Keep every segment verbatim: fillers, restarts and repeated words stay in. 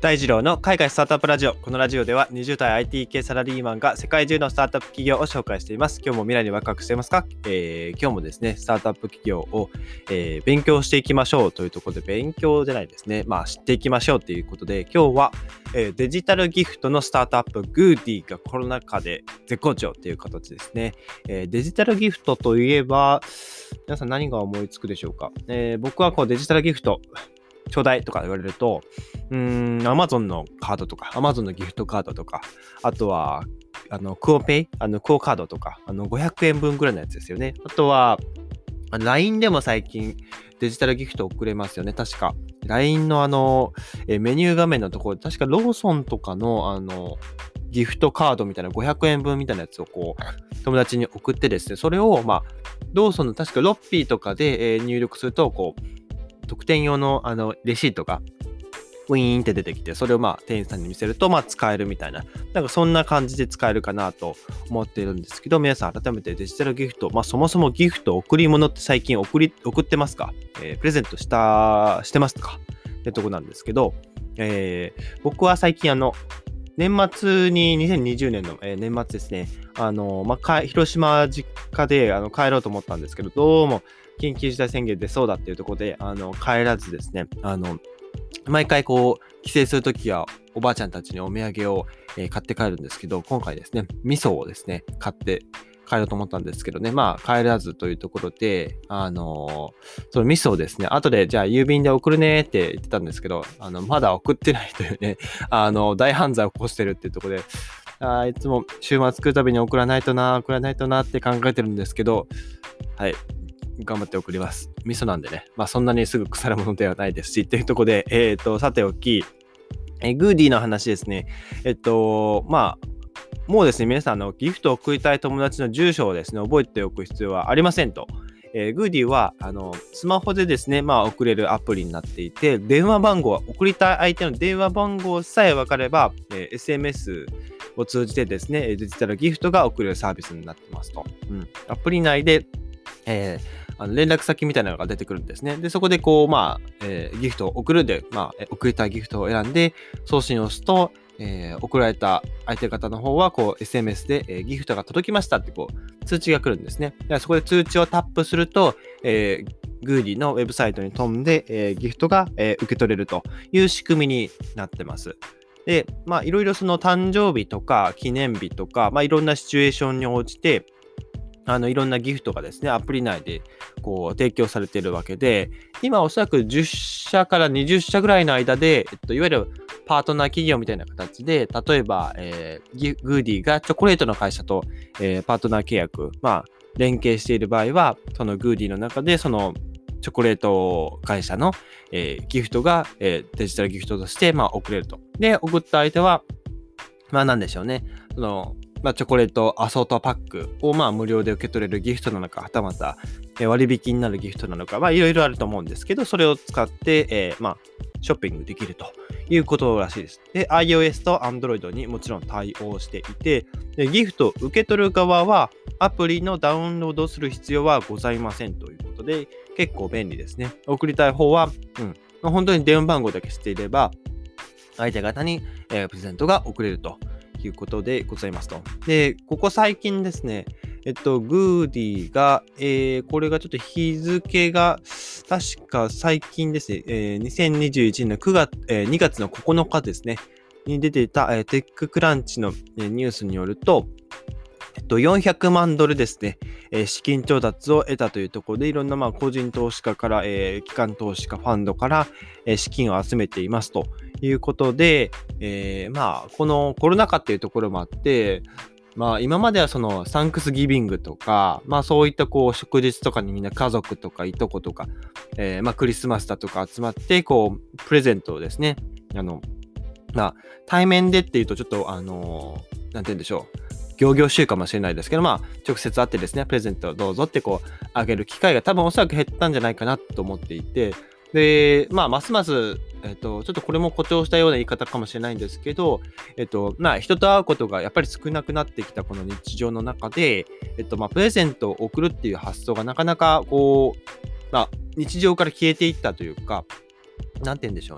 大二郎の海外スタートアップラジオ。このラジオではにじゅう代 アイティー 系サラリーマンが世界中のスタートアップ企業を紹介しています。今日も未来にワクワクしていますか？えー、今日もですね、スタートアップ企業を、えー、勉強していきましょうというところで、勉強じゃないですね。まあ知っていきましょうということで、今日は、えー、デジタルギフトのスタートアップグーディがコロナ禍で絶好調という形ですね。えー、デジタルギフトといえば、皆さん何が思いつくでしょうか？えー、僕はこうデジタルギフトちょうだいとか言われると、うーん、Amazon のカードとか、Amazon のギフトカードとか、あとは、あの、クオペイ、あの、クオカードとか、あの、ごひゃくえんぶんぐらいのやつですよね。あとは、ライン でも最近デジタルギフト送れますよね。確か。ライン のあの、えメニュー画面のところ、確かローソンとかのあの、ギフトカードみたいなごひゃくえんぶんみたいなやつをこう、友達に送ってですね、それを、まあ、ローソンの確かロッピーとかで、えー入力すると、こう、特典用のあのレシートがウィーンって出てきて、それをまあ店員さんに見せるとまあ使えるみたいな、なんかそんな感じで使えるかなと思っているんですけど、皆さん改めてデジタルギフト、まあそもそもギフト、贈り物って最近送り送ってますか？えー、プレゼントしたしてますかってとこなんですけど、えー、僕は最近あの年末ににせんにじゅうねんの、えー年末ですね、あのまあか広島実家であの帰ろうと思ったんですけど、どうも緊急事態宣言出そうだっていうところで、あの、帰らずですね、あの、毎回こう、帰省するときは、おばあちゃんたちにお土産を、えー買って帰るんですけど、今回ですね、味噌をですね、買って帰ろうと思ったんですけどね、まあ、帰らずというところで、あのーその味噌をですね、後で、じゃあ郵便で送るねって言ってたんですけど、あの、まだ送ってないというね、あの、大犯罪を起こしてるっていうところで、あーいつも週末来るたびに送らないとな、送らないとなって考えてるんですけど、はい。頑張って送ります。味噌なんでね。まあそんなにすぐ腐るものではないですし、っていうところで、えっと、さておき、えグーディの話ですね。えっと、まあ、もうですね、皆さんのギフトを送りたい友達の住所をですね、覚えておく必要はありませんと。えー、グーディは、あの、スマホでですね、まあ送れるアプリになっていて、電話番号は、送りたい相手の電話番号さえ分かれば、えー、エスエムエス を通じてですね、デジタルギフトが送れるサービスになってますと。うん。アプリ内で、えーあの連絡先みたいなのが出てくるんですね。で、そこでこう、まあ、えーギフトを送るで、まあ、え送りたいギフトを選んで、送信を押すと、えー送られた相手方の方は、こう、エスエムエス で、えーギフトが届きましたって、こう、通知が来るんですね。でそこで通知をタップすると、えーグーディのウェブサイトに飛んで、えーギフトが、えー受け取れるという仕組みになってます。で、まあ、いろいろその誕生日とか記念日とか、まあ、いろんなシチュエーションに応じて、あのいろんなギフトがですね、アプリ内でこう提供されているわけで、今おそらくじゅっしゃからにじゅっしゃぐらいの間で、えっと、いわゆるパートナー企業みたいな形で、例えば、えーギグーディがチョコレートの会社と、えーパートナー契約、まあ、連携している場合は、そのグーディの中で、そのチョコレート会社の、えーギフトが、えーデジタルギフトとして、まあ、送れると。で、送った相手は、まあなんでしょうね。その、まあチョコレートアソートパックをまあ無料で受け取れるギフトなのか、はたまたえー割引になるギフトなのか、まあいろいろあると思うんですけど、それを使って、えーまあショッピングできるということらしいです。で、iOS と Android にもちろん対応していて、でギフトを受け取る側はアプリのダウンロードする必要はございませんということで、結構便利ですね。送りたい方は、うん、まあ本当に電話番号だけ知っていれば、相手方に、えープレゼントが送れるということでございますと。で、ここ最近ですね、えっと、グーディが、えーこれがちょっと日付が、確か最近ですね、えーにせんにじゅういちねんのくがつ、えーにがつのここのかですね、に出ていた、えーテッククランチの、えーニュースによると、えっと、よんひゃくまんドルですね、えー資金調達を得たというところで、いろんなまあ個人投資家から、えー機関投資家、ファンドから、えー資金を集めていますということで、えーまあ、このコロナ禍っていうところもあって、まあ、今まではそのサンクスギビングとか、まあそういったこう祝日とかにみんな家族とかいとことか、えーまあクリスマスだとか集まって、こう、プレゼントをですね、あの、まあ、対面でっていうとちょっと、あのーなんて言うんでしょう。仰々しいかもしれないですけど、まあ、直接会ってですね、プレゼントをどうぞってこう、あげる機会が多分おそらく減ったんじゃないかなと思っていて、で、まあ、ますます、えっと、ちょっとこれも誇張したような言い方かもしれないんですけど、えっと、まあ、人と会うことがやっぱり少なくなってきたこの日常の中で、えっと、まあ、プレゼントを送るっていう発想がなかなか、こう、まあ、日常から消えていったというか、なんて言うんでしょうね。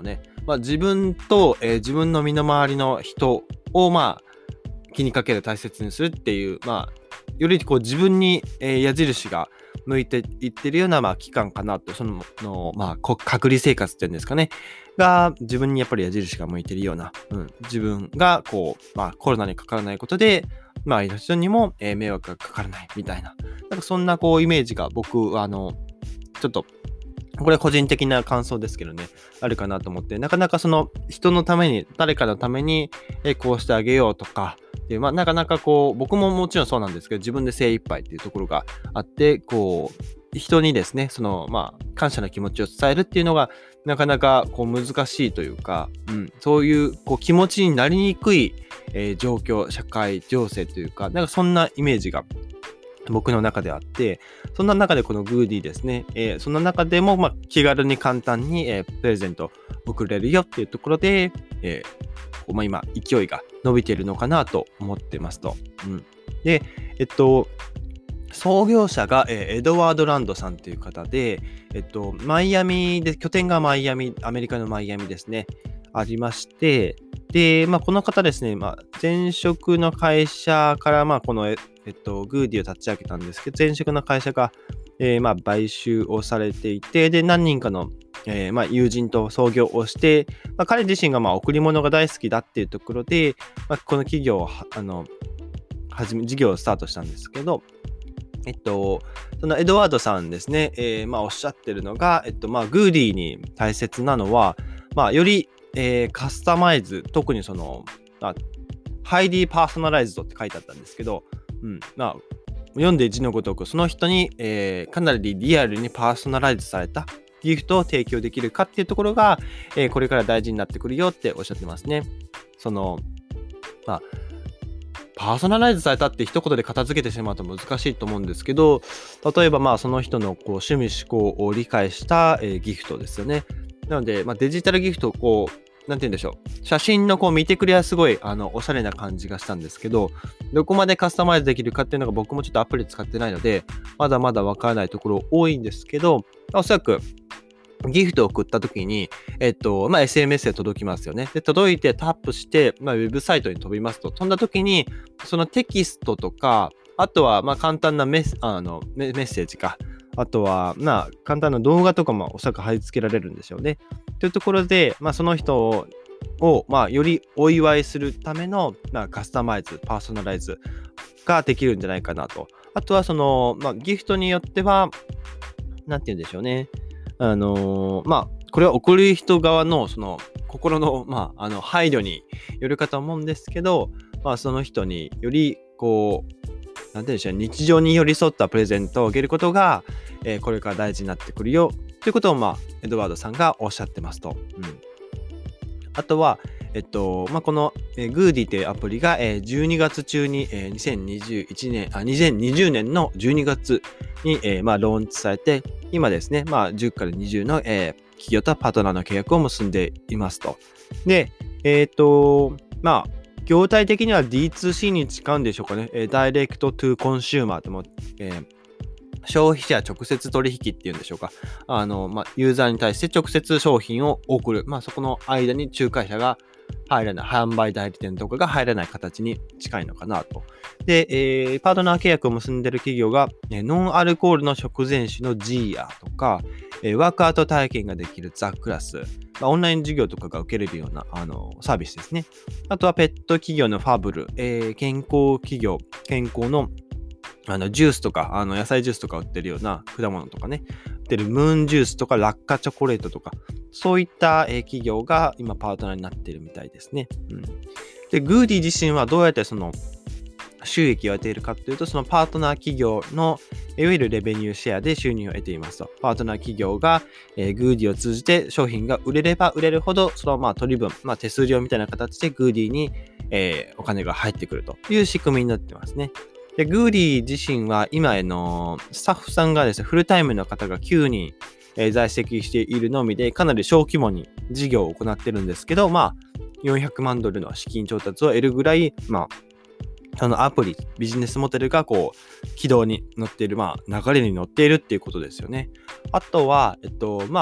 まあ、自分と、えー自分の身の回りの人を、まあ、気にかける、大切にするっていう、まあ、よりこう自分に、えー矢印が向いていってるような、まあ、期間かなと、その、のまあ、こ隔離生活っていうんですかね。が、自分にやっぱり矢印が向いてるような、うん、自分が、こう、まあ、コロナにかからないことで、まあ、人にも、えー迷惑がかからないみたいな、なんかそんな、こう、イメージが僕は、あの、ちょっと、これは個人的な感想ですけどね、あるかなと思って、なかなかその人のために、誰かのために、えーこうしてあげようとか、で、まあ、なかなかこう、僕ももちろんそうなんですけど、自分で精一杯っていうところがあって、こう、人にですね、その、まあ、感謝の気持ちを伝えるっていうのが、なかなかこう難しいというか、うん、そういうこう気持ちになりにくい、えー状況、社会情勢というか、なんかそんなイメージが僕の中であって、そんな中でこのグーディですね、えーそんな中でも、まあ、気軽に簡単に、えープレゼント送れるよっていうところで、えーこうまあ、今、勢いが伸びているのかなと思ってますと。うん、で、えっと、創業者が、えーエドワード・ランドさんという方で、えっと、マイアミで、拠点がマイアミ、アメリカのマイアミですね、ありまして、で、まあ、この方ですね、まあ、前職の会社から、まあ、この、ええっと、グーディを立ち上げたんですけど、前職の会社が、えーまあ、買収をされていて、で、何人かの、えーまあ、友人と創業をして、まあ、彼自身が、まあ、贈り物が大好きだっていうところで、まあ、この企業をは、あの、始め、事業をスタートしたんですけど、えっと、そのエドワードさんですね、えーまあ、おっしゃってるのが、えっと、まあ、グーディに大切なのは、まあ、より、えーカスタマイズ、特にその、まあ、ハイリーパーソナライズドって書いてあったんですけど、うん、まあ、読んで字のごとく、その人に、えーかなりリアルにパーソナライズされたギフトを提供できるかっていうところが、えーこれから大事になってくるよっておっしゃってますね。その、まあ、パーソナライズされたって一言で片付けてしまうと難しいと思うんですけど、例えばまあその人のこう趣味思考を理解した、えーギフトですよね。なので、まあ、デジタルギフトをこう、なんて言うんでしょう。写真のこう見てくれはすごいあのおしゃれな感じがしたんですけど、どこまでカスタマイズできるかっていうのが僕もちょっとアプリ使ってないので、まだまだわからないところ多いんですけど、おそらくギフトを送った時に、えっと、まあ、エスエムエス で届きますよね。で、届いてタップして、まあ、ウェブサイトに飛びますと、飛んだ時に、そのテキストとか、あとは、まあ、簡単なメス、あの、メメッセージか。あとは、まあ、簡単な動画とかもおそらく貼り付けられるんでしょうね。というところで、まあ、その人を、をまあ、よりお祝いするための、まあ、カスタマイズ、パーソナライズができるんじゃないかなと。あとは、その、まあ、ギフトによっては、なんて言うんでしょうね。あのーまあ、これは送る人側の、その、心の、まあ、あの、配慮によるかと思うんですけど、まあ、その人により、こう、なんて言うんでしょう、日常に寄り添ったプレゼントをあげることが、えーこれから大事になってくるよ、ということを、まあ、エドワードさんがおっしゃってますと。うん。あとは、えっと、まあ、この、えー、グーディというアプリが、えーじゅうにがつ中に、えーにせんにじゅういちねん、あ、にせんにじゅうねんのじゅうにがつに、えーまあ、ローンチされて、今ですね、まあ、じゅうからにじゅうの、えー企業とパートナーの契約を結んでいますと。で、えっと、まあ、業態的には ディーツーシー に近うんでしょうかね。えーダイレクトトゥコンシューマーとも、えー消費者直接取引っていうんでしょうか。あの、まあ、ユーザーに対して直接商品を送る。まあ、そこの間に仲介者が入らない、販売代理店とかが入らない形に近いのかなと。で、えーパートナー契約を結んでいる企業が、えーノンアルコールの食前酒のジーヤとか、えーワークアウト体験ができるザ・クラス、まあ、オンライン授業とかが受けれるようなあのサービスですね。あとはペット企業のファブル、えー健康企業、健康のあのジュースとか、あの野菜ジュースとか売ってるような果物とかね、売ってるムーンジュースとかラッカチョコレートとか、そういった、えー企業が今パートナーになっているみたいですね。うん、で、グーディ自身はどうやってその収益を得ているかというと、そのパートナー企業のいわゆるレベニューシェアで収入を得ていますと。パートナー企業が、えー、グーディを通じて商品が売れれば売れるほど、そのまあ取り分、まあ、手数料みたいな形でグーディに、えーお金が入ってくるという仕組みになってますね。で、グーディ自身は今、あのスタッフさんがですね、フルタイムの方がきゅうにん、えー在籍しているのみで、かなり小規模に事業を行ってるんですけど、まあ、よんひゃくまんドルの資金調達を得るぐらい、まあ、そのアプリ、ビジネスモデルがこう、軌道に乗っている、まあ、流れに乗っているっていうことですよね。あとは、えっと、まあ、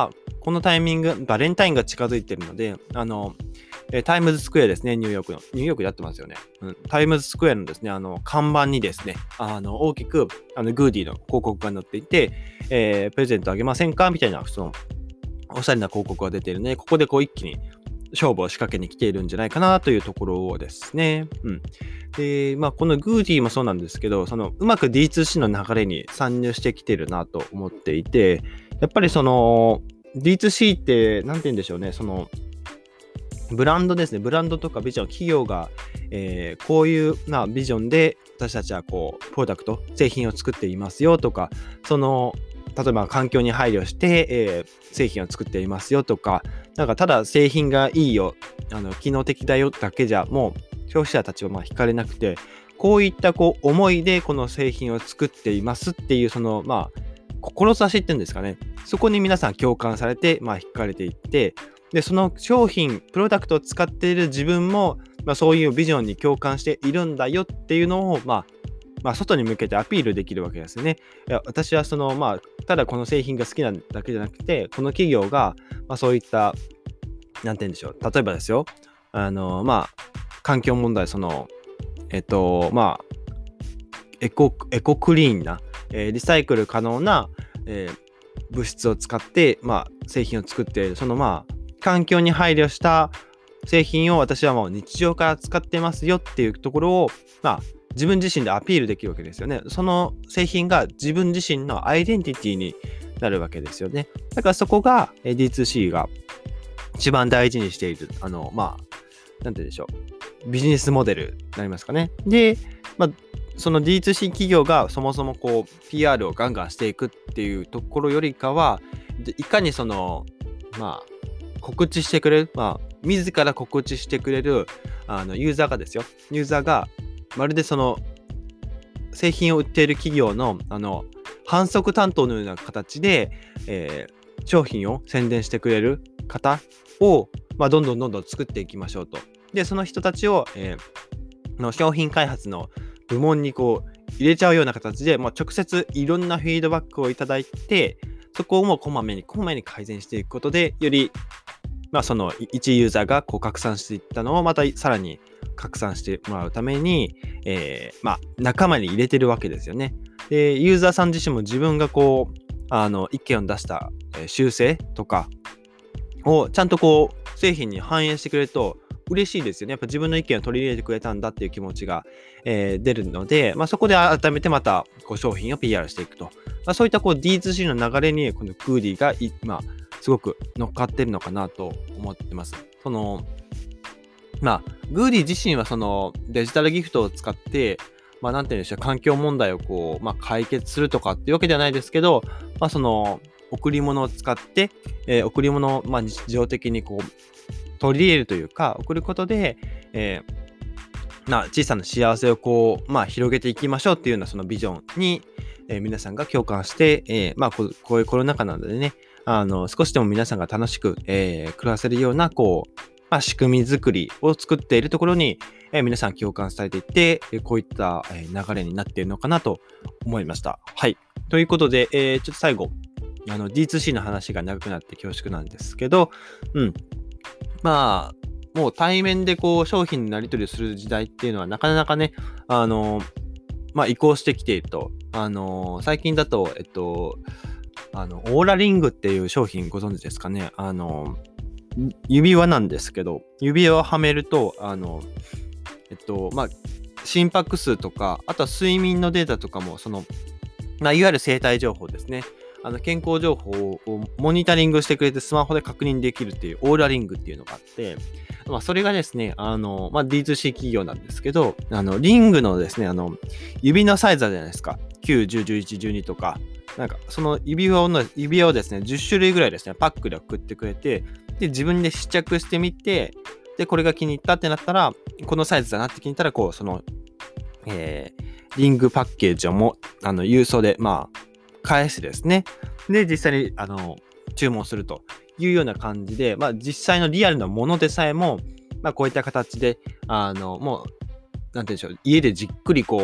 このタイミング、バレンタインが近づいてるので、あの、えータイムズスクエアですね、ニューヨークの。ニューヨークでやってますよね。うん、タイムズスクエアのですね、あの、看板にですね、あの、大きく、あの、グーディーの広告が載っていて、えープレゼントあげませんかみたいな、その、おしゃれな広告が出ているので、ここでこう一気に勝負を仕掛けに来ているんじゃないかなというところですね。うん。で、まあ、このグーディーもそうなんですけど、その、うまく ディーツーシー の流れに参入してきてるなと思っていて、やっぱりその、ディーツーシー って、なんて言うんでしょうね、その、ブランドですね、ブランドとかビジョン、企業が、えーこういう、まあ、ビジョンで私たちはこう、プロダクト、製品を作っていますよとか、その、例えば環境に配慮して、えー製品を作っていますよとか、なんかただ製品がいいよ、あの機能的だよだけじゃもう消費者たちはまあ惹かれなくて、こういったこう思いでこの製品を作っていますっていうそのまあ志っていうんですかね、そこに皆さん共感されてまあ惹かれていって、でその商品プロダクトを使っている自分も、まあ、そういうビジョンに共感しているんだよっていうのをまあまあ、外に向けてアピールできるわけですよね。いや、私はその、まあ、ただこの製品が好きなだけじゃなくて、この企業が、まあ、そういった、なんて言うんでしょう。例えばですよ、あの、まあ、環境問題、その、えっと、まあ、エコ、エコクリーンな、えーリサイクル可能な、えー物質を使って、まあ、製品を作っている、その、まあ、環境に配慮した製品を私はもう日常から使ってますよっていうところを、まあ、自分自身でアピールできるわけですよね。その製品が自分自身のアイデンティティになるわけですよね。だからそこがえー ディーツーシー が一番大事にしている、あの、まあ、なんて言うんでしょう。ビジネスモデルになりますかね。で、まあ、その ディーツーシー 企業がそもそもこう ピーアール をガンガンしていくっていうところよりかは、でいかにその、まあ、告知してくれる、まあ、自ら告知してくれるあのユーザーがですよ。ユーザーがまるでその製品を売っている企業のあの販促担当のような形で、えー商品を宣伝してくれる方を、まあ、どんどんどんどん作っていきましょうと。で、その人たちを、えーの商品開発の部門にこう入れちゃうような形で、まあ、直接いろんなフィードバックをいただいて、そこをもうこまめにこまめに改善していくことで、より、まあ、その一ユーザーがこう拡散していったのをまたさらに拡散してもらうために、えーまあ、仲間に入れてるわけですよね。で、ユーザーさん自身も自分がこうあの意見を出した、えー修正とかをちゃんとこう製品に反映してくれると嬉しいですよね。やっぱ自分の意見を取り入れてくれたんだっていう気持ちが、えー出るので、まあ、そこで改めてまたこう商品を ピーアール していくと。まあ、そういったこう ディーツーシー の流れにこのグーディが今すごく乗っかってるのかなと思ってます。そのまあ、グーディ自身はそのデジタルギフトを使って、まあ、なんていうんでしょう、環境問題をこう、まあ、解決するとかっていうわけではないですけど、まあ、その贈り物を使って、えー贈り物をまあ日常的にこう取り入れるというか、送ることで、えーまあ、小さな幸せをこう、まあ、広げていきましょうっていうようなそのビジョンに、えー皆さんが共感して、えーまあ、こうこういうコロナ禍なのでね、あの少しでも皆さんが楽しく、えー暮らせるようなこう、まあ、仕組み作りを作っているところに、えー皆さん共感されていって、えーこういった、えー流れになっているのかなと思いました。はい。ということで、えーちょっと最後、あの ディーツーシー の話が長くなって恐縮なんですけど、うん。まあ、もう対面でこう商品のやり取りをする時代っていうのはなかなかね、あの、まあ移行してきていると。あの、最近だと、えっと、あの、オーラリングっていう商品ご存知ですかね。あの、指輪なんですけど、指輪をはめると、あの、えっと、まあ、心拍数とか、あとは睡眠のデータとかも、その、まあ、いわゆる生体情報ですね。あの健康情報をモニタリングしてくれてスマホで確認できるっていうオーラリングっていうのがあって、まあ、それがですね、あの、まあ、ディーツーシー 企業なんですけど、あの、リングのですね、あの、指のサイズあるじゃないですか。きゅう、じゅう、じゅういち、じゅうにとか、なんか、その指輪をの、指輪をですね、じゅっしゅるいぐらいですね、パックで送ってくれて、で、自分で試着してみて、で、これが気に入ったってなったら、このサイズだなって気に入ったら、こう、その、えー、リングパッケージをも、あの、郵送で、まあ、返してですね。で、実際に、あの、注文するというような感じで、まあ、実際のリアルなものでさえも、まあ、こういった形で、あの、もう、なんて言うんでしょう、家でじっくりこう、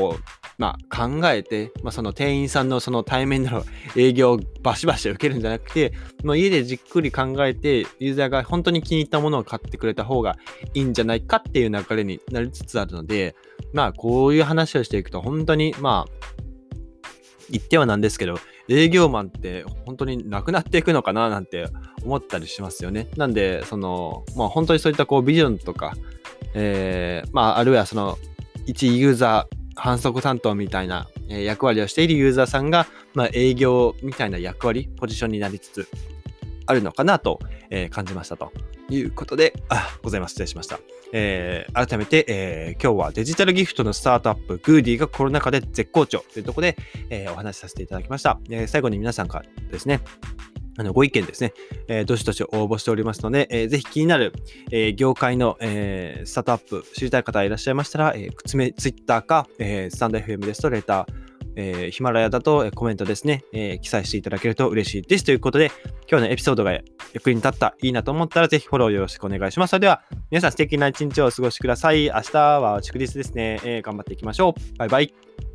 まあ、考えて、まあ、その店員さんのその対面での営業をバシバシ受けるんじゃなくて、もう家でじっくり考えて、ユーザーが本当に気に入ったものを買ってくれた方がいいんじゃないかっていう流れになりつつあるので、まあ、こういう話をしていくと、本当に、まあ、言ってはなんですけど、営業マンって本当になくなっていくのかななんて思ったりしますよね。なんで、その、まあ、本当にそういったこうビジョンとか、えー、まあ、あるいはその、一ユーザー、販促担当みたいな役割をしているユーザーさんが、まあ、営業みたいな役割、ポジションになりつつあるのかなと、えー、感じましたということで、あ、ございます。失礼しました。えー、改めて、えー、今日はデジタルギフトのスタートアップ、グーディがコロナ禍で絶好調というところで、えー、お話しさせていただきました。えー、最後に皆さんからですね、あのご意見ですね、えー、どしどし応募しておりますので、えー、ぜひ気になる、えー、業界の、えー、スタートアップ知りたい方いらっしゃいましたら、えー、ツイッターか、えー、スタンド エフエム ですとレター、えー、ヒマラヤだと、えー、コメントですね、えー、記載していただけると嬉しいですということで、今日のエピソードが役に立った、いいなと思ったらぜひフォローよろしくお願いします。それでは皆さん素敵な一日をお過ごしください。明日は祝日ですね、えー、頑張っていきましょう。バイバイ。